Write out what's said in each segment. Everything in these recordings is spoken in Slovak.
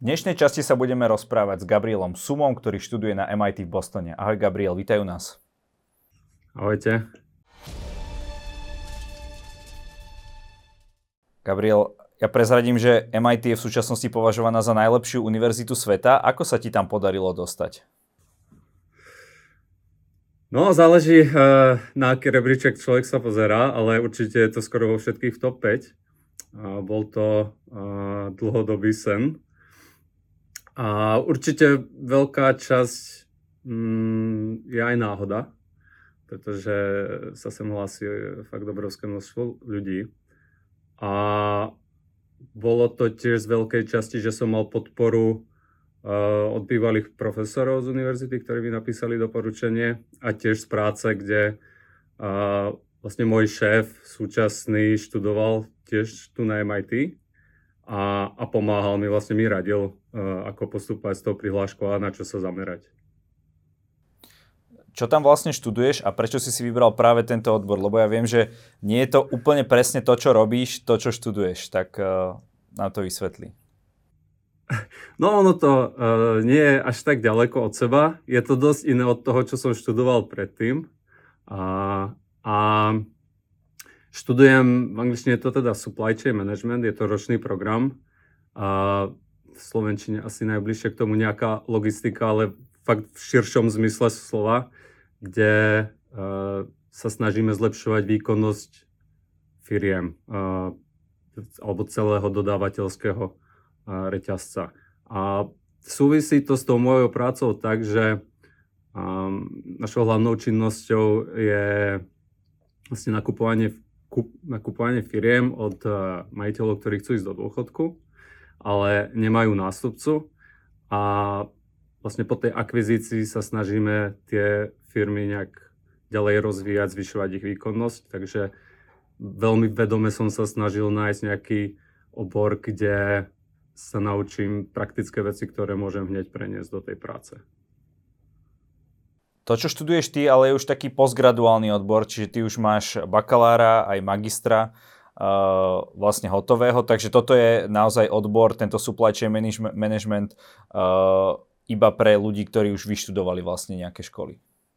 V dnešnej časti sa budeme rozprávať s Gabrielom Sumom, ktorý študuje na MIT v Bostone. Ahoj Gabriel, vítaj u nás. Ahojte. Gabriel, ja prezradím, že MIT je v súčasnosti považovaná za najlepšiu univerzitu sveta. Ako sa ti tam podarilo dostať? No, záleží, na aký rebríček človek sa pozerá, ale určite je to skoro vo všetkých v top 5. Bol to dlhodobý sen. A určite veľká časť je aj náhoda, pretože sa sem hlási fakt obrovské množstvo ľudí. A bolo to tiež z veľkej časti, že som mal podporu od bývalých profesorov z univerzity, ktorí mi napísali doporučenie, a tiež z práce, kde vlastne môj šéf súčasný študoval tiež tu na MIT a pomáhal mi, vlastne mi radil, ako postupovať s tou prihláškou a na čo sa zamerať. Čo tam vlastne študuješ a prečo si vybral práve tento odbor? Lebo ja viem, že nie je to úplne presne to, čo robíš, to, čo študuješ. Tak nám to vysvetli. No, ono to nie je až tak ďaleko od seba. Je to dosť iné od toho, čo som študoval predtým. A študujem, v angličtine je to teda Supply Chain Management, je to ročný program. A v slovenčine asi najbližšie k tomu nejaká logistika, ale fakt v širšom zmysle slova, kde sa snažíme zlepšovať výkonnosť firiem alebo celého dodávateľského reťazca. A súvisí to s tou mojou prácou tak, že našou hlavnou činnosťou je vlastne nakupovanie firiem od majiteľov, ktorí chcú ísť do dôchodku, ale nemajú nástupcu, a vlastne po tej akvizícii sa snažíme tie firmy nejak ďalej rozvíjať, zvyšovať ich výkonnosť, takže veľmi vedome som sa snažil nájsť nejaký obor, kde sa naučím praktické veci, ktoré môžem hneď preniesť do tej práce. To, čo študuješ ty, ale je už taký postgraduálny odbor, čiže ty už máš bakalára aj magistra vlastne hotového, takže toto je naozaj odbor, tento supply chain management iba pre ľudí, ktorí už vyštudovali vlastne nejaké školy.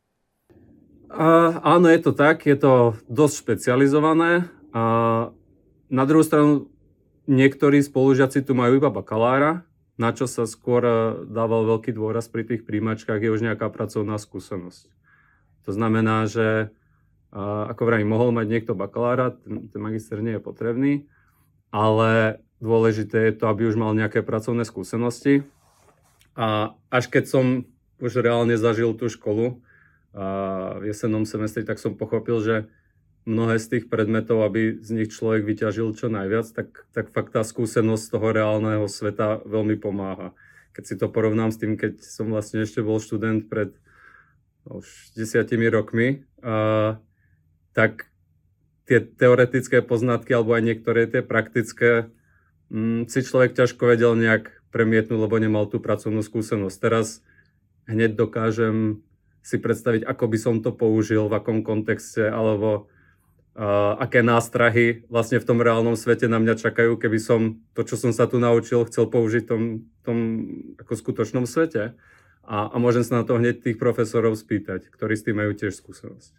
Áno, je to tak, je to dosť špecializované. Na druhú stranu, niektorí spolužiaci tu majú iba bakalára, na čo sa skôr dával veľký dôraz pri tých príjmačkách, je už nejaká pracovná skúsenosť. To znamená, že ako vravím, mohol mať niekto bakalára, ten magister nie je potrebný, ale dôležité je to, aby už mal nejaké pracovné skúsenosti. A až keď som už reálne zažil tú školu v jesennom semestri, tak som pochopil, že mnohé z tých predmetov, aby z nich človek vyťažil čo najviac, tak fakt tá skúsenosť z toho reálneho sveta veľmi pomáha. Keď si to porovnám s tým, keď som vlastne ešte bol študent pred už 10 rokmi, tak tie teoretické poznatky alebo aj niektoré tie praktické si človek ťažko vedel nejak premietnúť, lebo nemal tú pracovnú skúsenosť. Teraz hneď dokážem si predstaviť, ako by som to použil, v akom kontexte, alebo aké nástrahy vlastne v tom reálnom svete na mňa čakajú, keby som to, čo som sa tu naučil, chcel použiť v tom ako skutočnom svete. A môžem sa na to hneď tých profesorov spýtať, ktorí s tým majú tiež skúsenosť.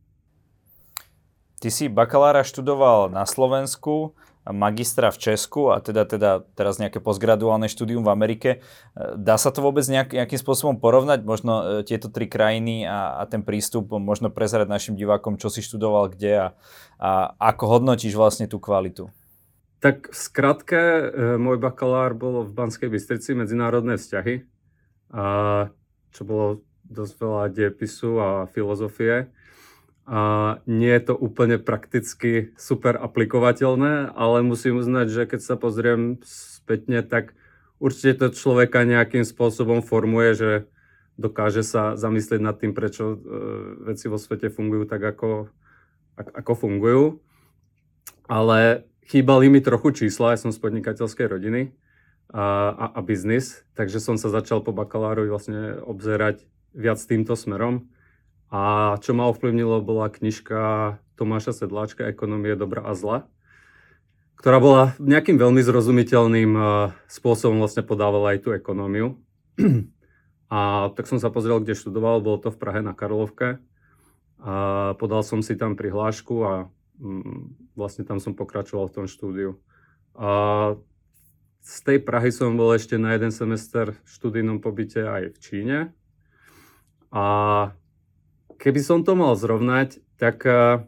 Ty si bakalára študoval na Slovensku, magistra v Česku a teda teraz nejaké postgraduálne štúdium v Amerike. Dá sa to vôbec nejakým spôsobom porovnať? Možno tieto tri krajiny a ten prístup, možno prezrať našim divákom, čo si študoval kde a ako hodnotíš vlastne tú kvalitu? Tak v skratke, môj bakalár bol v Banskej Bystrici, medzinárodné vzťahy, čo bolo dosť veľa dejepisu a filozofie. A nie je to úplne prakticky super aplikovateľné, ale musím uznať, že keď sa pozriem spätne, tak určite to človeka nejakým spôsobom formuje, že dokáže sa zamyslieť nad tým, prečo veci vo svete fungujú tak, ako fungujú. Ale chýbali mi trochu čísla, ja som z podnikateľskej rodiny a biznis, takže som sa začal po bakaláru vlastne obzerať viac týmto smerom. A čo ma ovplyvnilo, bola knižka Tomáša Sedláčka Ekonomie dobra a zla, ktorá bola nejakým veľmi zrozumiteľným spôsobom vlastne podávala aj tú ekonómiu. A tak som sa pozrel, kde študoval, bolo to v Prahe na Karlovke. A podal som si tam prihlášku a vlastne tam som pokračoval v tom štúdiu. A z tej Prahy som bol ešte na jeden semester v študijnom pobyte aj v Číne. A keby som to mal zrovnať, tak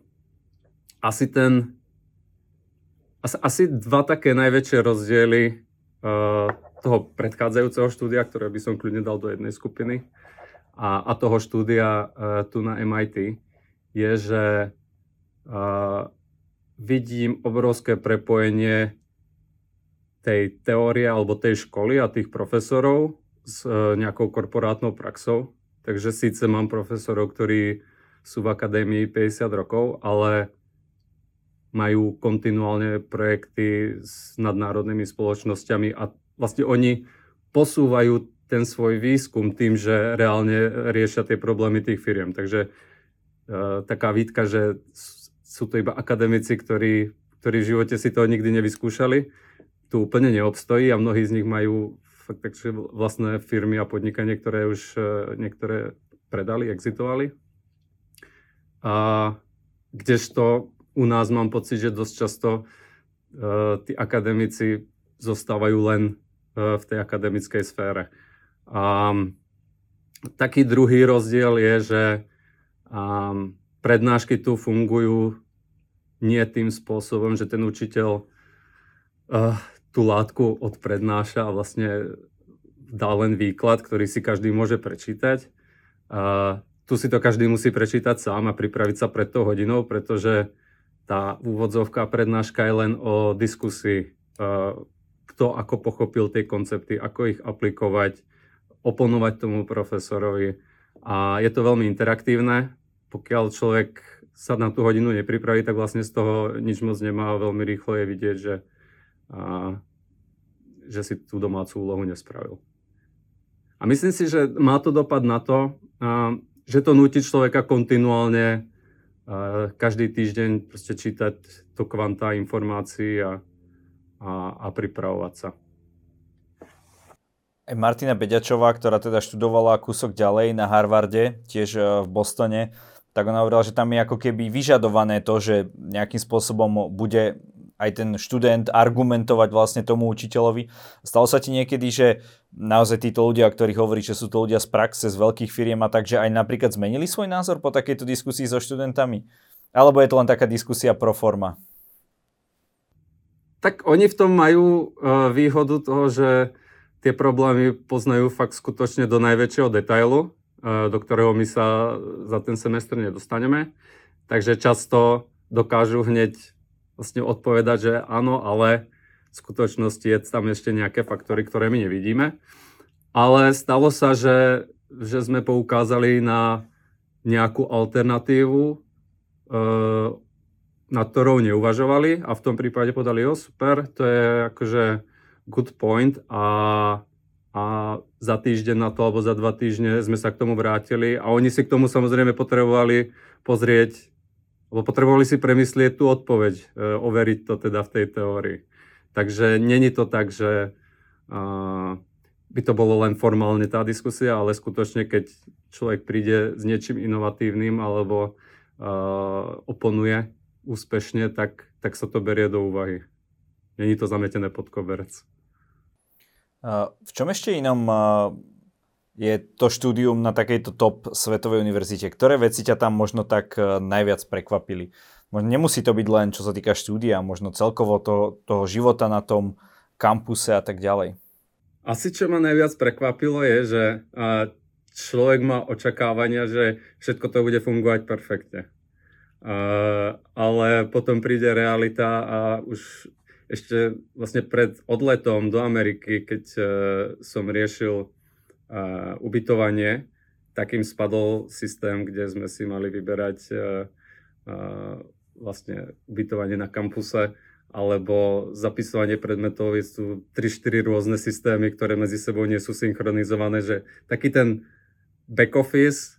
asi dva také najväčšie rozdiely toho predchádzajúceho štúdia, ktoré by som kľudne dal do jednej skupiny, a toho štúdia tu na MIT, je, že vidím obrovské prepojenie tej teórie alebo tej školy a tých profesorov s nejakou korporátnou praxou. Takže síce mám profesorov, ktorí sú v akadémii 50 rokov, ale majú kontinuálne projekty s nadnárodnými spoločnosťami a vlastne oni posúvajú ten svoj výskum tým, že reálne riešia tie problémy tých firiem. Takže taká výtka, že sú to iba akademici, ktorí v živote si to nikdy nevyskúšali, tu úplne neobstojí a mnohí z nich majú fakt takže vlastné firmy a podnikanie, ktoré už niektoré predali, exitovali. A kdežto u nás mám pocit, že dosť často tí akademici zostávajú len v tej akademickej sfére. A taký druhý rozdiel je, že prednášky tu fungujú nie tým spôsobom, že ten učiteľ tú látku odprednáša a vlastne dá len výklad, ktorý si každý môže prečítať. Tu si to každý musí prečítať sám a pripraviť sa pred tou hodinou, pretože tá úvodzovka prednáška je len o diskusii. Kto ako pochopil tie koncepty, ako ich aplikovať, oponovať tomu profesorovi. A je to veľmi interaktívne. Pokiaľ človek sa na tú hodinu nepripraví, tak vlastne z toho nič moc nemá a veľmi rýchlo je vidieť, že si tú domácu úlohu nespravil. A myslím si, že má to dopad na to, že to núti človeka kontinuálne každý týždeň proste čítať to kvanta informácií a pripravovať sa. Martina Beďačová, ktorá teda študovala kúsok ďalej na Harvarde, tiež v Bostone, tak ona hovorila, že tam je ako keby vyžadované to, že nejakým spôsobom bude aj ten študent argumentovať vlastne tomu učiteľovi. Stalo sa ti niekedy, že naozaj títo ľudia, ktorí hovorí, že sú to ľudia z praxe, z veľkých firiem a takže aj napríklad zmenili svoj názor po takejto diskusii so študentami? Alebo je to len taká diskusia pro forma? Tak oni v tom majú výhodu toho, že tie problémy poznajú fakt skutočne do najväčšieho detailu, do ktorého my sa za ten semestr nedostaneme. Takže často dokážu hneď vlastne odpovedať, že áno, ale v skutočnosti je tam ešte nejaké faktory, ktoré my nevidíme. Ale stalo sa, že sme poukázali na nejakú alternatívu, nad ktorou neuvažovali a v tom prípade podali, super, to je akože good point a za týždeň na to alebo za 2 týždne sme sa k tomu vrátili a oni si k tomu samozrejme potrebovali pozrieť, lebo potrebovali si premyslieť tú odpoveď, overiť to teda v tej teórii. Takže není to tak, že by to bolo len formálne tá diskusia, ale skutočne, keď človek príde s niečím inovatívnym alebo oponuje úspešne, tak sa to berie do úvahy. Není to zametené pod koberec. V čom ešte inom je to štúdium na takejto top svetovej univerzite? Ktoré veci ťa tam možno tak najviac prekvapili? Možno nemusí to byť len čo sa týka štúdia, možno celkovo toho života na tom kampuse a tak ďalej. Asi čo ma najviac prekvapilo je, že človek má očakávania, že všetko to bude fungovať perfektne. Ale potom príde realita a už ešte vlastne pred odletom do Ameriky, keď som riešil ubytovanie, takým spadol systém, kde sme si mali vyberať vlastne ubytovanie na kampuse alebo zapisovanie predmetov. Sú 3-4 rôzne systémy, ktoré medzi sebou nie sú synchronizované, že taký ten back office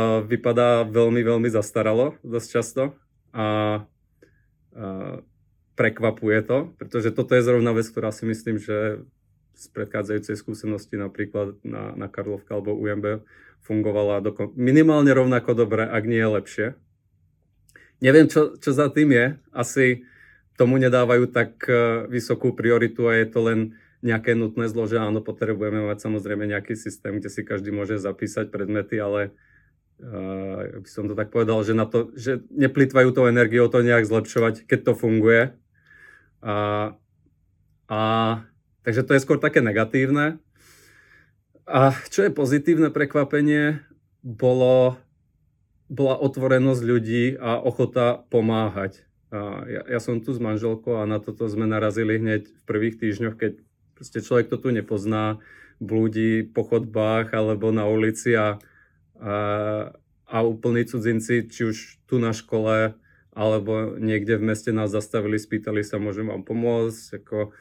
vypadá veľmi, veľmi zastaralo dosť často a prekvapuje to, pretože toto je zrovna vec, ktorá si myslím, že z predchádzajúcej skúsenosti napríklad na Karlovke alebo UMB fungovala minimálne rovnako dobre, ak nie je lepšie. Neviem, čo za tým je. Asi tomu nedávajú tak vysokú prioritu a je to len nejaké nutné zlo, že áno, potrebujeme mať samozrejme nejaký systém, kde si každý môže zapísať predmety, ale by som to tak povedal, že že neplýtvajú tou energiou to nejak zlepšovať, keď to funguje. Takže to je skôr také negatívne. A čo je pozitívne prekvapenie, bola otvorenosť ľudí a ochota pomáhať. Ja som tu s manželkou a na toto sme narazili hneď v prvých týždňoch, keď proste človek to tu nepozná, blúdi po chodbách alebo na ulici a úplní cudzinci, či už tu na škole alebo niekde v meste nás zastavili, spýtali sa, môžem vám pomôcť.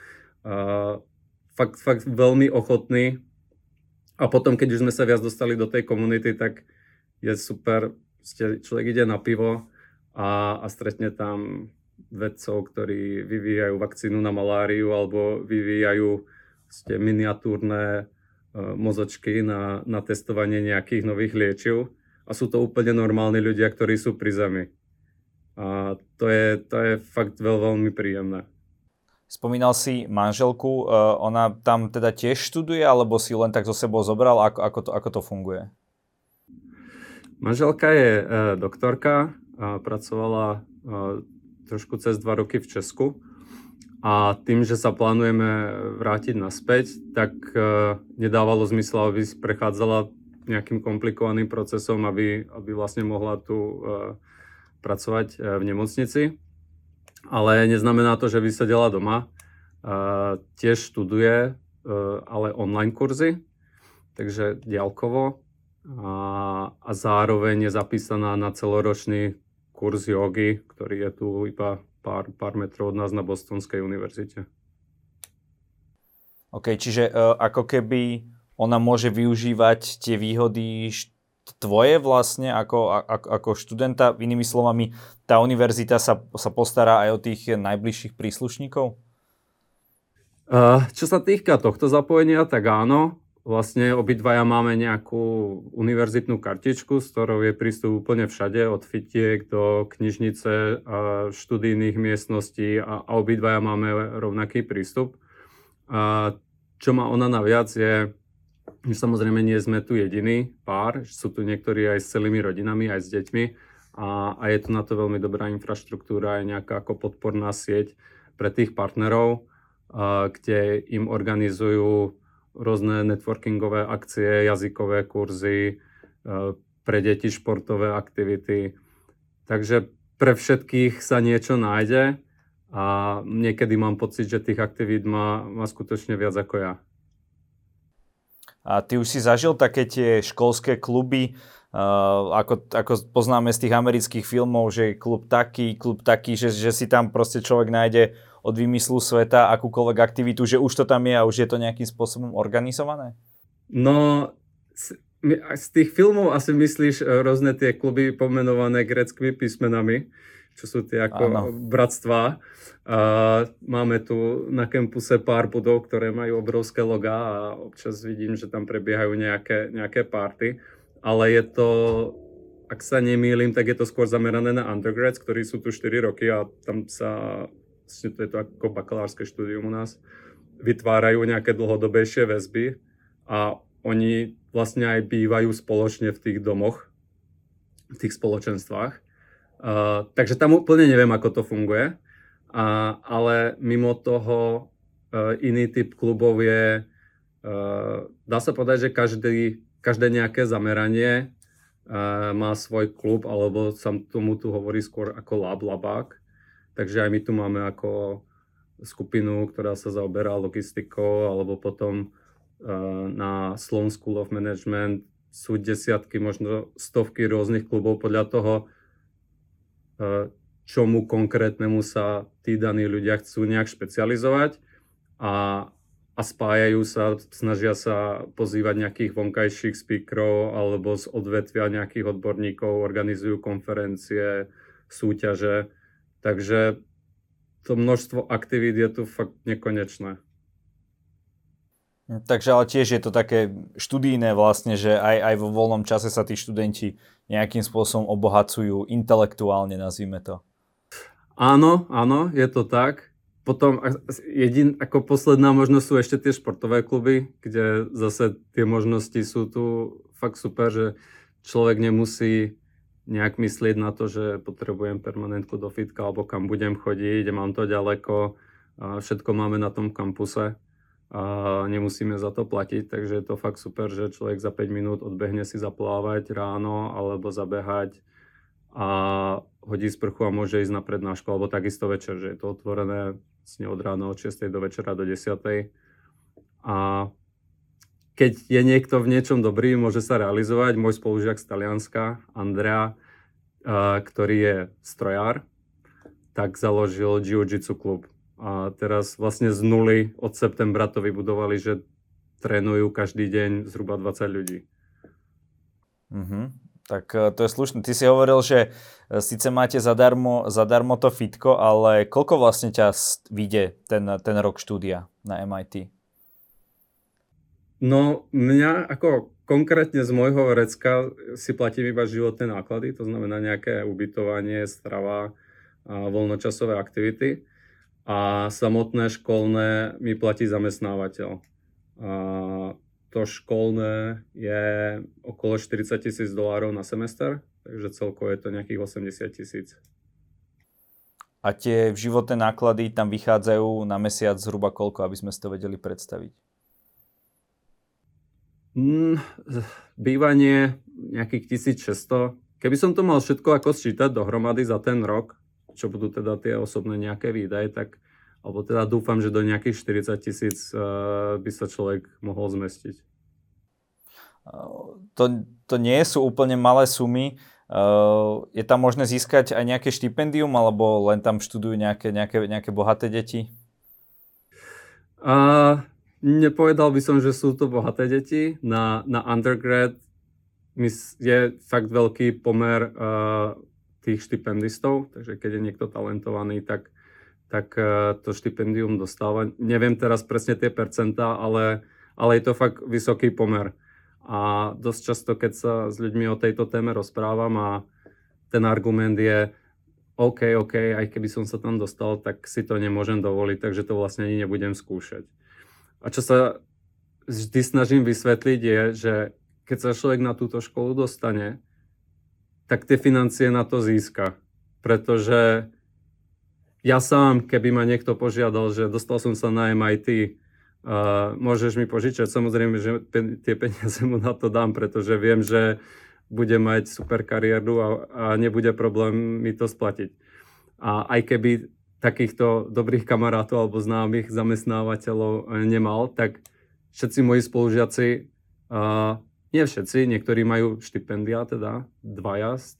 Fakt veľmi ochotný. A potom, keď už sme sa viac dostali do tej komunity, tak je super. Človek ide na pivo a stretne tam vedcov, ktorí vyvíjajú vakcínu na maláriu alebo vyvíjajú miniatúrne mozočky na testovanie nejakých nových liečiv. A sú to úplne normálni ľudia, ktorí sú pri zemi. A to je fakt veľmi príjemné. Spomínal si manželku, ona tam teda tiež študuje, alebo si len tak so sebou zobral? Ako to funguje? Manželka je doktorka, pracovala trošku cez 2 roky v Česku a tým, že sa plánujeme vrátiť naspäť, tak nedávalo zmysel, aby prechádzala nejakým komplikovaným procesom, aby vlastne mohla tu pracovať v nemocnici. Ale neznamená to, že by sedela doma. Tiež študuje, ale online kurzy, takže diaľkovo. A zároveň je zapísaná na celoročný kurz jogy, ktorý je tu iba pár metrov od nás na Bostonskej univerzite. OK, čiže ako keby ona môže využívať tie výhody tvoje vlastne ako študenta. Inými slovami, tá univerzita sa postará aj o tých najbližších príslušníkov? Čo sa týka tohto zapojenia, tak áno. Vlastne obidvaja máme nejakú univerzitnú kartičku, s ktorou je prístup úplne všade, od fitiek do knižnice, študijných miestností a obidvaja máme rovnaký prístup. Čo má ona naviac je, že samozrejme nie sme tu jediný pár, sú tu niektorí aj s celými rodinami, aj s deťmi a je tu na to veľmi dobrá infraštruktúra, aj nejaká ako podporná sieť pre tých partnerov, kde im organizujú rôzne networkingové akcie, jazykové kurzy, pre deti športové aktivity. Takže pre všetkých sa niečo nájde a niekedy mám pocit, že tých aktivít má skutočne viac ako ja. A ty už si zažil také tie školské kluby, ako poznáme z tých amerických filmov, že klub taký, že si tam proste človek nájde od výmyslu sveta akúkoľvek aktivitu, že už to tam je a už je to nejakým spôsobom organizované? No, z tých filmov asi myslíš rôzne tie kluby pomenované gréckymi písmenami, čo sú tie ako bratstvá. Máme tu na kampuse pár budov, ktoré majú obrovské logá a občas vidím, že tam prebiehajú nejaké party. Ale je to, ak sa nemýlim, tak je to skôr zamerané na undergrads, ktorí sú tu 4 roky a tam sa, to je to ako bakalárske štúdium u nás, vytvárajú nejaké dlhodobejšie väzby a oni vlastne aj bývajú spoločne v tých domoch, v tých spoločenstvách. Takže tam úplne neviem, ako to funguje, ale mimo toho iný typ klubov je, dá sa povedať, že každé nejaké zameranie má svoj klub, alebo sa tomu tu hovorí skôr ako labák. Takže aj my tu máme ako skupinu, ktorá sa zaoberá logistikou, alebo potom na Sloan School of Management sú desiatky, možno stovky rôznych klubov podľa toho, čomu konkrétnemu sa tí daní ľudia chcú nejak špecializovať a spájajú sa, snažia sa pozývať nejakých vonkajších speakerov alebo z odvetvia nejakých odborníkov, organizujú konferencie, súťaže. Takže to množstvo aktivít je tu fakt nekonečné. Takže ale tiež je to také študijné vlastne, že aj vo voľnom čase sa tí študenti nejakým spôsobom obohacujú intelektuálne, nazvime to. Áno, je to tak. Potom ako posledná možnosť sú ešte tie športové kluby, kde zase tie možnosti sú tu fakt super, že človek nemusí nejak myslieť na to, že potrebujem permanentku do fitka alebo kam budem chodiť, mám to ďaleko, všetko máme na tom kampuse a nemusíme za to platiť, takže je to fakt super, že človek za 5 minút odbehne si zaplávať ráno alebo zabehať a hodí sprchu a môže ísť na prednášku, alebo takisto večer, že je to otvorené od rána od 6. do večera do 10. A keď je niekto v niečom dobrý, môže sa realizovať. Môj spolužiak z Talianska, Andrea, ktorý je strojár, tak založil Jiu-Jitsu klub. A teraz vlastne z nuly od septembra to vybudovali, že trénujú každý deň zhruba 20 ľudí. Tak to je slušné. Ty si hovoril, že síce máte zadarmo to fitko, ale koľko vlastne ťa vyjde ten rok štúdia na MIT? No mňa ako konkrétne z môjho vrecka si platím iba životné náklady, to znamená nejaké ubytovanie, strava a voľnočasové aktivity. A samotné školné mi platí zamestnávateľ. A to školné je okolo $40,000 na semester, takže celkovo je to nejakých 80,000. A tie životné náklady tam vychádzajú na mesiac zhruba koľko, aby sme si to vedeli predstaviť? Bývanie nejakých 1,600. Keby som to mal všetko ako sčítať dohromady za ten rok, čo budú teda tie osobné nejaké výdaje, tak alebo teda dúfam, že do nejakých 40,000 by sa človek mohol zmestiť. To nie sú úplne malé sumy. Je tam možné získať aj nejaké štipendium, alebo len tam študujú nejaké bohaté deti? Nepovedal by som, že sú to bohaté deti. Na undergrad je fakt veľký pomer tých štipendistov, takže keď je niekto talentovaný, tak to štipendium dostáva. Neviem teraz presne tie percentá, ale je to fakt vysoký pomer. A dosť často, keď sa s ľuďmi o tejto téme rozprávam a ten argument je OK, aj keby som sa tam dostal, tak si to nemôžem dovoliť, takže to vlastne ani nebudem skúšať. A čo sa vždy snažím vysvetliť je, že keď sa človek na túto školu dostane, tak tie financie na to získa. Pretože ja sám, keby ma niekto požiadal, že dostal som sa na MIT, môžeš mi požičať, samozrejme, že tie peniaze mu na to dám, pretože viem, že bude mať super kariéru a nebude problém mi to splatiť. A aj keby takýchto dobrých kamarátov alebo známych zamestnávateľov nemal, tak všetci moji spolužiaci, nie všetci, niektorí majú štipendia, teda 2 z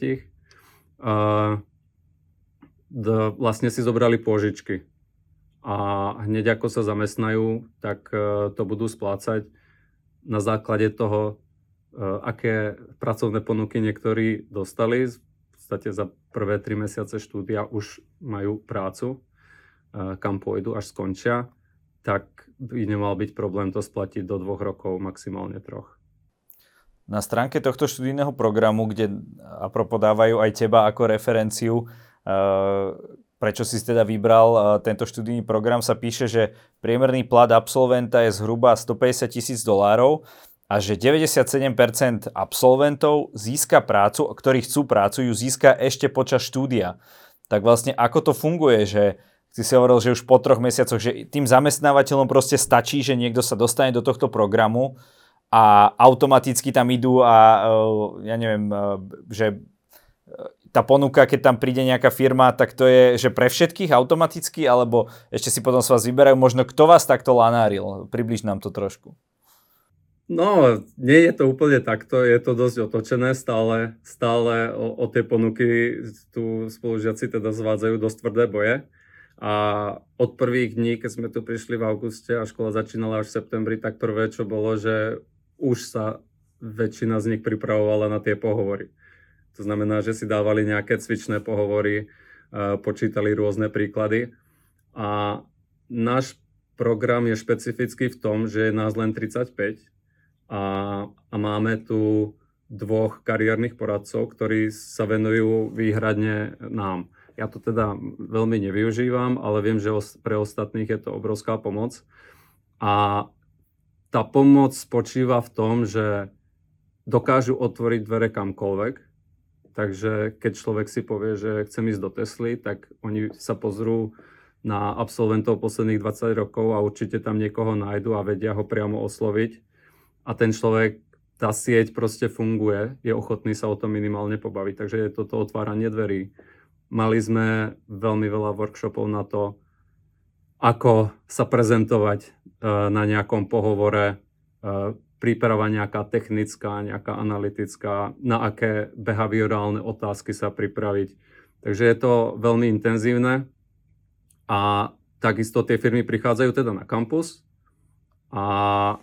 30, vlastne si zobrali pôžičky. A hneď ako sa zamestnajú, tak to budú splácať na základe toho, aké pracovné ponuky niektorí dostali. V podstate za prvé 3 mesiace štúdia už majú prácu, kam pôjdu, až skončia, tak by nemal byť problém to splatiť do 2 rokov, maximálne 3. Na stránke tohto študijného programu, kde apropo dávajú aj teba ako referenciu, prečo si teda vybral tento študijný program, sa píše, že priemerný plat absolventa je zhruba $150,000 a že 97% absolventov získa prácu, ktorí chcú prácu, ju získa ešte počas štúdia. Tak vlastne ako to funguje, že si hovoril, že už po 3 mesiacoch, že tým zamestnávateľom proste stačí, že niekto sa dostane do tohto programu a automaticky tam idú a ja neviem, že tá ponuka, keď tam príde nejaká firma, tak to je, že pre všetkých automaticky, alebo ešte si potom z vás vyberajú, možno kto vás takto lanáril? Približ nám to trošku. No, nie je to úplne takto, je to dosť otočené, stále o tie ponuky tu spolužiaci teda zvádzajú dosť tvrdé boje. A od prvých dní, keď sme tu prišli v auguste a škola začínala až v septembri, tak prvé, čo bolo, že už sa väčšina z nich pripravovala na tie pohovory. To znamená, že si dávali nejaké cvičné pohovory, počítali rôzne príklady. A náš program je špecifický v tom, že je nás len 35 a máme tu 2 kariérnych poradcov, ktorí sa venujú výhradne nám. Ja to teda veľmi nevyužívam, ale viem, že pre ostatných je to obrovská pomoc. A tá pomoc spočíva v tom, že dokážu otvoriť dvere kamkoľvek. Takže keď človek si povie, že chcem ísť do Tesly, tak oni sa pozrú na absolventov posledných 20 rokov a určite tam niekoho nájdu a vedia ho priamo osloviť. A ten človek, tá sieť proste funguje, je ochotný sa o tom minimálne pobaviť. Takže je toto otváranie dverí. Mali sme veľmi veľa workshopov na to, ako sa prezentovať na nejakom pohovore, príprava nejaká technická, nejaká analytická, na aké behaviorálne otázky sa pripraviť. Takže je to veľmi intenzívne a takisto tie firmy prichádzajú teda na kampus a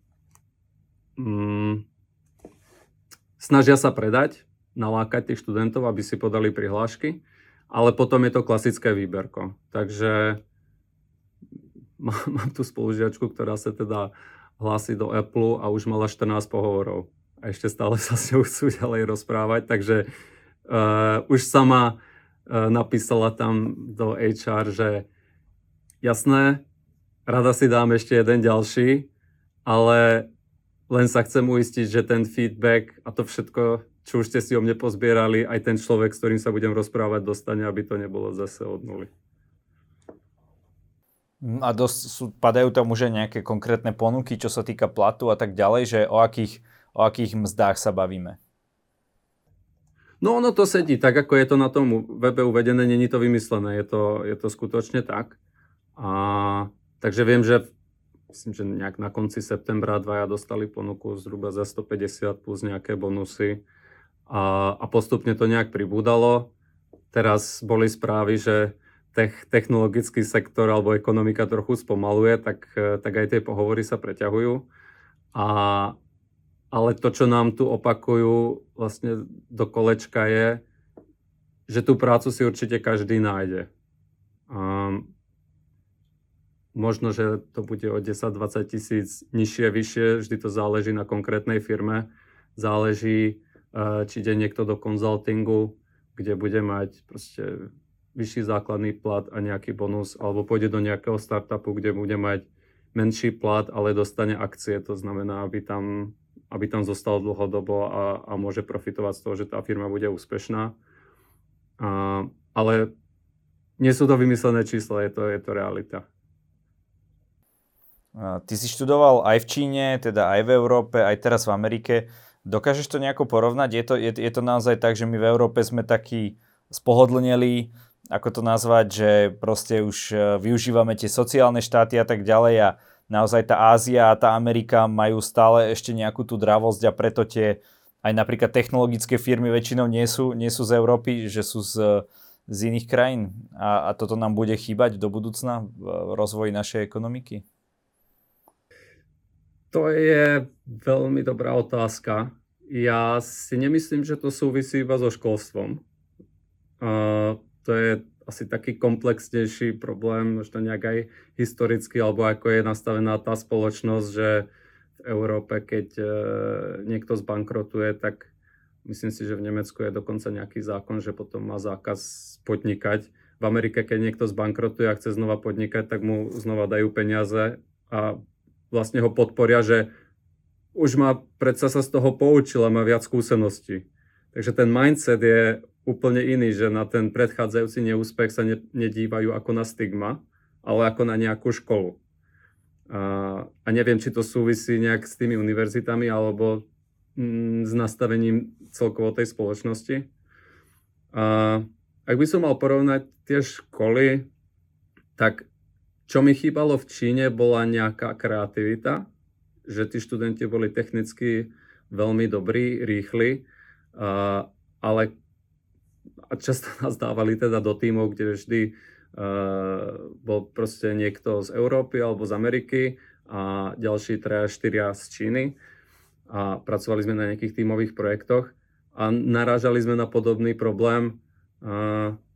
snažia sa predať, nalákať tých študentov, aby si podali prihlášky, ale potom je to klasické výberko. Takže mám tu spolužiačku, ktorá sa teda hlási do Apple a už mala 14 pohovorov. A ešte stále sa s ňou chcú ďalej rozprávať, takže už sama napísala tam do HR, že jasné, rada si dám ešte jeden ďalší, ale len sa chcem uistiť, že ten feedback a to všetko, čo už ste si o mne pozbierali, aj ten človek, s ktorým sa budem rozprávať, dostane, aby to nebolo zase od nuly. A padajú tam už aj nejaké konkrétne ponuky, čo sa týka platu a tak ďalej, že o akých mzdách sa bavíme? No ono to sedí, tak ako je to na tom webe uvedené, není to vymyslené, je to skutočne tak. Takže viem, že myslím, že nejak na konci septembra 2 dostali ponuku zhruba za 150 plus nejaké bonusy a postupne to nejak pribúdalo. Teraz boli správy, že technologický sektor alebo ekonomika trochu spomaluje, tak aj tie pohovory sa preťahujú. Ale to, čo nám tu opakujú vlastne do kolečka je, že tú prácu si určite každý nájde. Možno, že to bude o 10-20 tisíc nižšie, vyššie, vždy to záleží na konkrétnej firme. Záleží, či ide niekto do konzultingu, kde bude mať proste vyšší základný plat a nejaký bonus, alebo pôjde do nejakého startupu, kde bude mať menší plat, ale dostane akcie. To znamená, aby tam zostal dlhodobo a môže profitovať z toho, že tá firma bude úspešná. Ale nie sú to vymyslené čísla, je to realita. Ty si študoval aj v Číne, teda aj v Európe, aj teraz v Amerike. Dokážeš to nejako porovnať? Je to naozaj tak, že my v Európe sme takí spohodlneli, ako to nazvať, že proste už využívame tie sociálne štáty a tak ďalej a naozaj tá Ázia a tá Amerika majú stále ešte nejakú tú dravosť a preto tie aj napríklad technologické firmy väčšinou nie sú z Európy, že sú z iných krajín a toto nám bude chýbať do budúcna v rozvoji našej ekonomiky? To je veľmi dobrá otázka. Ja si nemyslím, že to súvisí iba so školstvom. To je asi taký komplexnejší problém, možno nejak aj historicky, alebo ako je nastavená tá spoločnosť, že v Európe, keď niekto zbankrotuje, tak myslím si, že v Nemecku je dokonca nejaký zákon, že potom má zákaz podnikať. V Amerike, keď niekto zbankrotuje a chce znova podnikať, tak mu znova dajú peniaze a vlastne ho podporia, že už predsa sa z toho poučil a má viac skúseností. Takže ten mindset je úplne iný, že na ten predchádzajúci neúspech sa nedívajú ako na stigma, ale ako na nejakú školu. A neviem, či to súvisí nejak s tými univerzitami alebo s nastavením celkovo tej spoločnosti. Ak by som mal porovnať tie školy, tak čo mi chýbalo v Číne, bola nejaká kreativita, že tí študenti boli technicky veľmi dobrí, rýchli, ale často nás dávali teda do tímov, kde vždy bol proste niekto z Európy alebo z Ameriky a ďalší 3-4 z Číny a pracovali sme na nejakých tímových projektoch a narážali sme na podobný problém.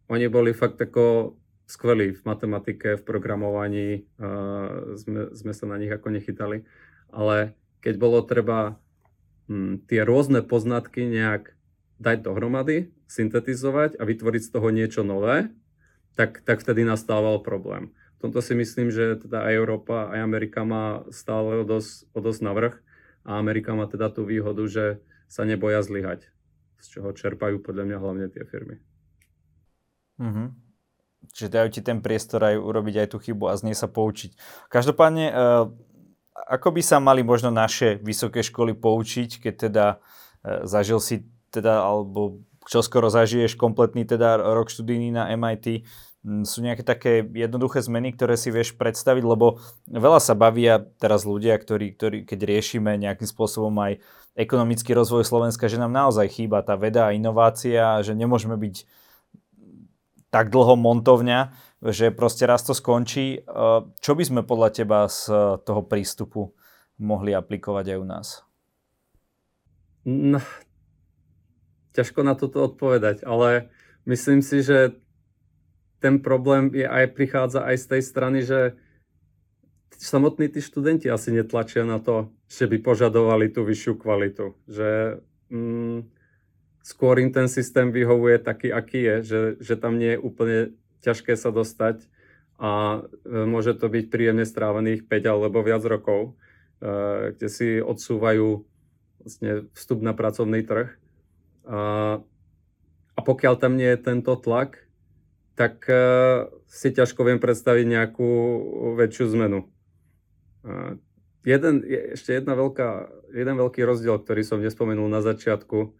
oni boli fakt ako skvelí v matematike, v programovaní, sme sa na nich ako nechytali, ale keď bolo treba tie rôzne poznatky nejak dať dohromady, syntetizovať a vytvoriť z toho niečo nové, tak vtedy nastával problém. V tomto si myslím, že teda aj Európa, aj Amerika má stále o dosť navrch a Amerika má teda tú výhodu, že sa neboja zlyhať, z čoho čerpajú podľa mňa hlavne tie firmy. Mm-hmm. Čiže dajú ti ten priestor aj urobiť aj tú chybu a z nej sa poučiť. Každopádne, ako by sa mali možno naše vysoké školy poučiť, keď teda zažil si teda, alebo čoskoro zažiješ kompletný teda rok študijný na MIT, sú nejaké také jednoduché zmeny, ktoré si vieš predstaviť, lebo veľa sa bavia teraz ľudia, ktorí keď riešime nejakým spôsobom aj ekonomický rozvoj Slovenska, že nám naozaj chýba tá veda a inovácia, že nemôžeme byť tak dlho montovňa, že proste raz to skončí. Čo by sme podľa teba z toho prístupu mohli aplikovať aj u nás? No, ťažko na toto odpovedať, ale myslím si, že ten problém prichádza aj z tej strany, že samotní tí študenti asi netlačia na to, že by požadovali tú vyššiu kvalitu. Že skôr im ten systém vyhovuje taký, aký je, že tam nie je úplne ťažké sa dostať a môže to byť príjemne strávených 5 alebo viac rokov, kde si odsúvajú vlastne vstup na pracovný trh. A pokiaľ tam nie je tento tlak, tak si ťažko viem predstaviť nejakú väčšiu zmenu. Ešte jeden veľký rozdiel, ktorý som nespomenul na začiatku,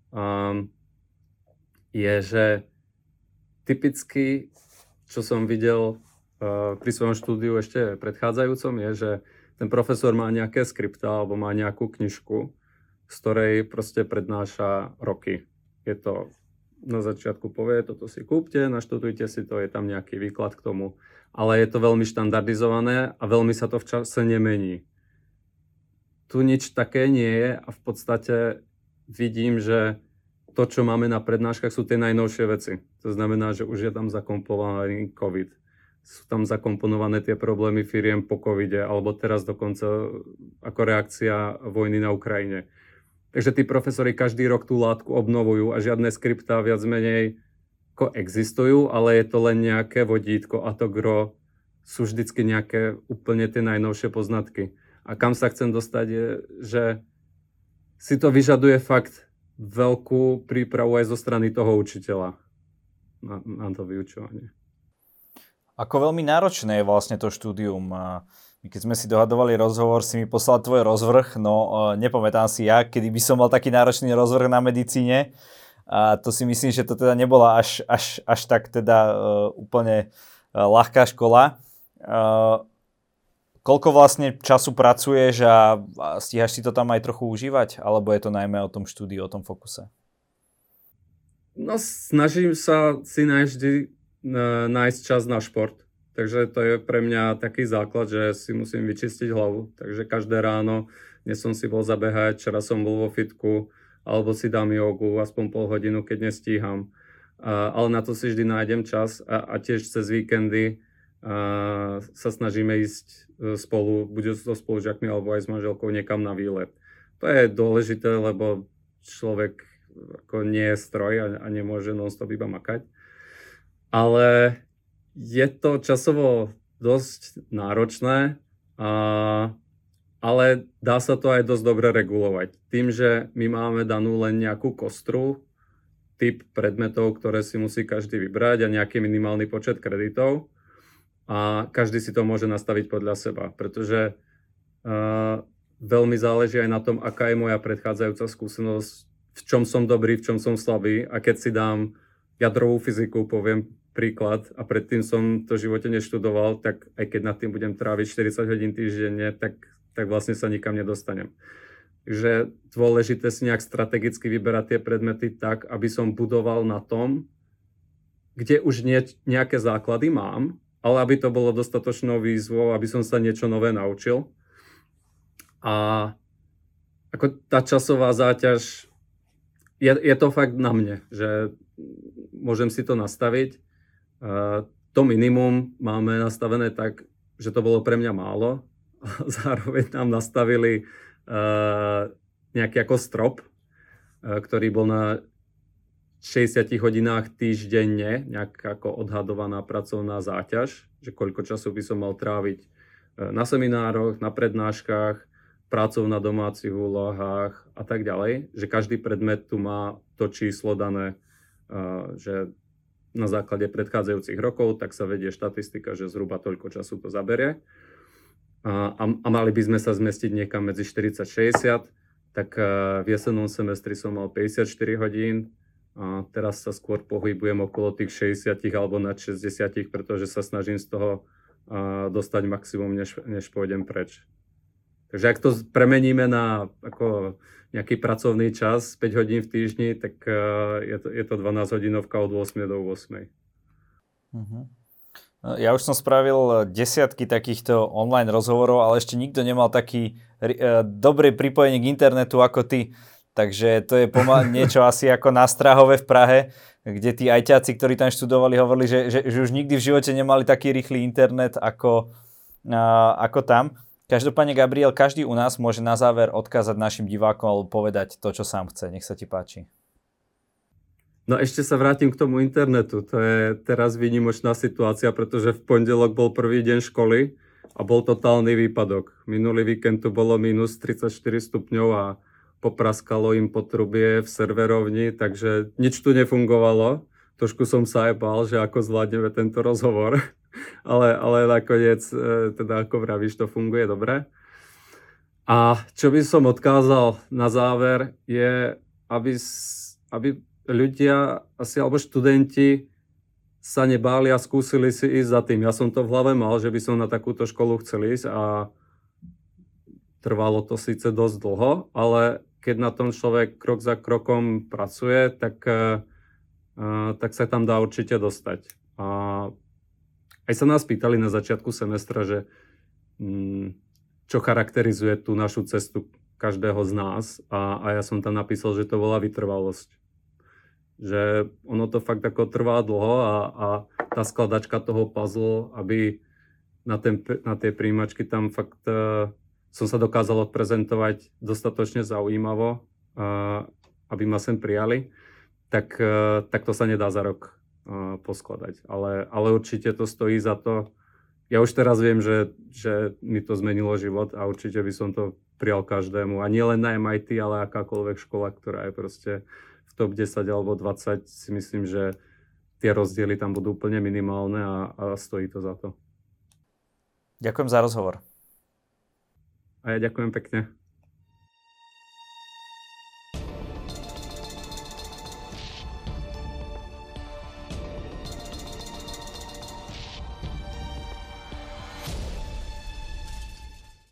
je, že typicky, čo som videl pri svojom štúdiu ešte predchádzajúcom, je, že ten profesor má nejaké skripta alebo má nejakú knižku, z ktorej proste prednáša roky. Je to na začiatku povie, toto si kúpte, naštudujte si to, je tam nejaký výklad k tomu. Ale je to veľmi štandardizované a veľmi sa to v čase nemení. Tu nič také nie je a v podstate vidím, že to, čo máme na prednáškach, sú tie najnovšie veci. To znamená, že už je tam zakomponovaný COVID. Sú tam zakomponované tie problémy firiem po covide, alebo teraz dokonca ako reakcia vojny na Ukrajine. Takže tí profesori každý rok tú látku obnovujú a žiadne skriptá viac menej existujú, ale je to len nejaké vodítko a to gro sú vždycky nejaké úplne tie najnovšie poznatky. A kam sa chcem dostať je, že si to vyžaduje fakt veľkú prípravu aj zo strany toho učiteľa na to vyučovanie. Ako veľmi náročné je vlastne to štúdium. Keď sme si dohadovali rozhovor, si mi poslal tvoj rozvrh, no nepamätám si ja, kedy by som mal taký náročný rozvrh na medicíne. A to si myslím, že to teda nebola až tak teda úplne ľahká škola. Koľko vlastne času pracuješ a stíhaš si to tam aj trochu užívať? Alebo je to najmä o tom štúdiu, o tom fokuse? No snažím sa si nájsť čas na šport. Takže to je pre mňa taký základ, že si musím vyčistiť hlavu. Takže každé ráno, dnes som si bol zabehať, včera som bol vo fitku, alebo si dám jogu, aspoň pol hodinu, keď nestíham. Ale na to si vždy nájdem čas a tiež cez víkendy sa snažíme ísť spolu, buď so spolužiakmi, alebo aj s manželkou niekam na výlet. To je dôležité, lebo človek ako nie je stroj a nemôže non-stop iba makať. Ale je to časovo dosť náročné, ale dá sa to aj dosť dobre regulovať. Tým, že my máme danú len nejakú kostru, typ predmetov, ktoré si musí každý vybrať a nejaký minimálny počet kreditov a každý si to môže nastaviť podľa seba, pretože veľmi záleží aj na tom, aká je moja predchádzajúca skúsenosť, v čom som dobrý, v čom som slabý a keď si dám jadrovú fyziku, poviem príklad, a predtým som to v živote neštudoval, tak aj keď nad tým budem tráviť 40 hodín týždenne, tak vlastne sa nikam nedostanem. Takže dôležité si nejak strategicky vyberať tie predmety tak, aby som budoval na tom, kde už nejaké základy mám, ale aby to bolo dostatočnou výzvou, aby som sa niečo nové naučil. A ako tá časová záťaž, je to fakt na mne, že môžem si to nastaviť. To minimum máme nastavené tak, že to bolo pre mňa málo. Zároveň nám nastavili nejaký ako strop, ktorý bol na 60 hodinách týždenne, nejaká ako odhadovaná pracovná záťaž, že koľko času by som mal tráviť na seminároch, na prednáškach, prácou na domácich úlohách a tak ďalej, že každý predmet tu má to číslo dané, že na základe predchádzajúcich rokov, tak sa vedie štatistika, že zhruba toľko času to zaberie. A mali by sme sa zmestiť niekam medzi 40-60, tak v jesennom semestri som mal 54 hodín, a teraz sa skôr pohybujem okolo tých 60 alebo nad 60, pretože sa snažím z toho dostať maximum, než pôjdem preč. Takže ak to premeníme na ako nejaký pracovný čas, 5 hodín v týždni, tak je to 12 hodinovka od 8 do 8. Uh-huh. Ja už som spravil desiatky takýchto online rozhovorov, ale ešte nikto nemal taký dobré pripojenie k internetu ako ty. Takže to je niečo asi ako na Strahove v Prahe, kde tí ajťáci, ktorí tam študovali, hovorili, že už nikdy v živote nemali taký rýchly internet ako tam. Každopádne, Gabriel, každý u nás môže na záver odkázať našim divákom alebo povedať to, čo sám chce. Nech sa ti páči. No ešte sa vrátim k tomu internetu. To je teraz výnimočná situácia, pretože v pondelok bol prvý deň školy a bol totálny výpadok. Minulý víkend tu bolo minus 34 stupňov a popraskalo im potrubie v serverovni, takže nič tu nefungovalo. Trošku som sa aj bál, že ako zvládneme tento rozhovor. Ale nakoniec, teda ako vravíš, to funguje dobre. A čo by som odkázal na záver je, aby ľudia asi alebo študenti sa nebáli a skúsili si ísť za tým. Ja som to v hlave mal, že by som na takúto školu chcel ísť a trvalo to síce dosť dlho, ale keď na tom človek krok za krokom pracuje, tak sa tam dá určite dostať. A aj sa nás pýtali na začiatku semestra, že čo charakterizuje tú našu cestu každého z nás a ja som tam napísal, že to bola vytrvalosť. Že ono to fakt ako trvá dlho a tá skladačka toho puzzle, aby na tej príjmačky tam fakt som sa dokázal odprezentovať dostatočne zaujímavo, aby ma sem prijali, tak to sa nedá za rok poskladať. Ale určite to stojí za to. Ja už teraz viem, že mi to zmenilo život a určite by som to prijal každému. A nie len na MIT, ale akákoľvek škola, ktorá je proste v top 10 alebo 20, si myslím, že tie rozdiely tam budú úplne minimálne a stojí to za to. Ďakujem za rozhovor. A ja ďakujem pekne.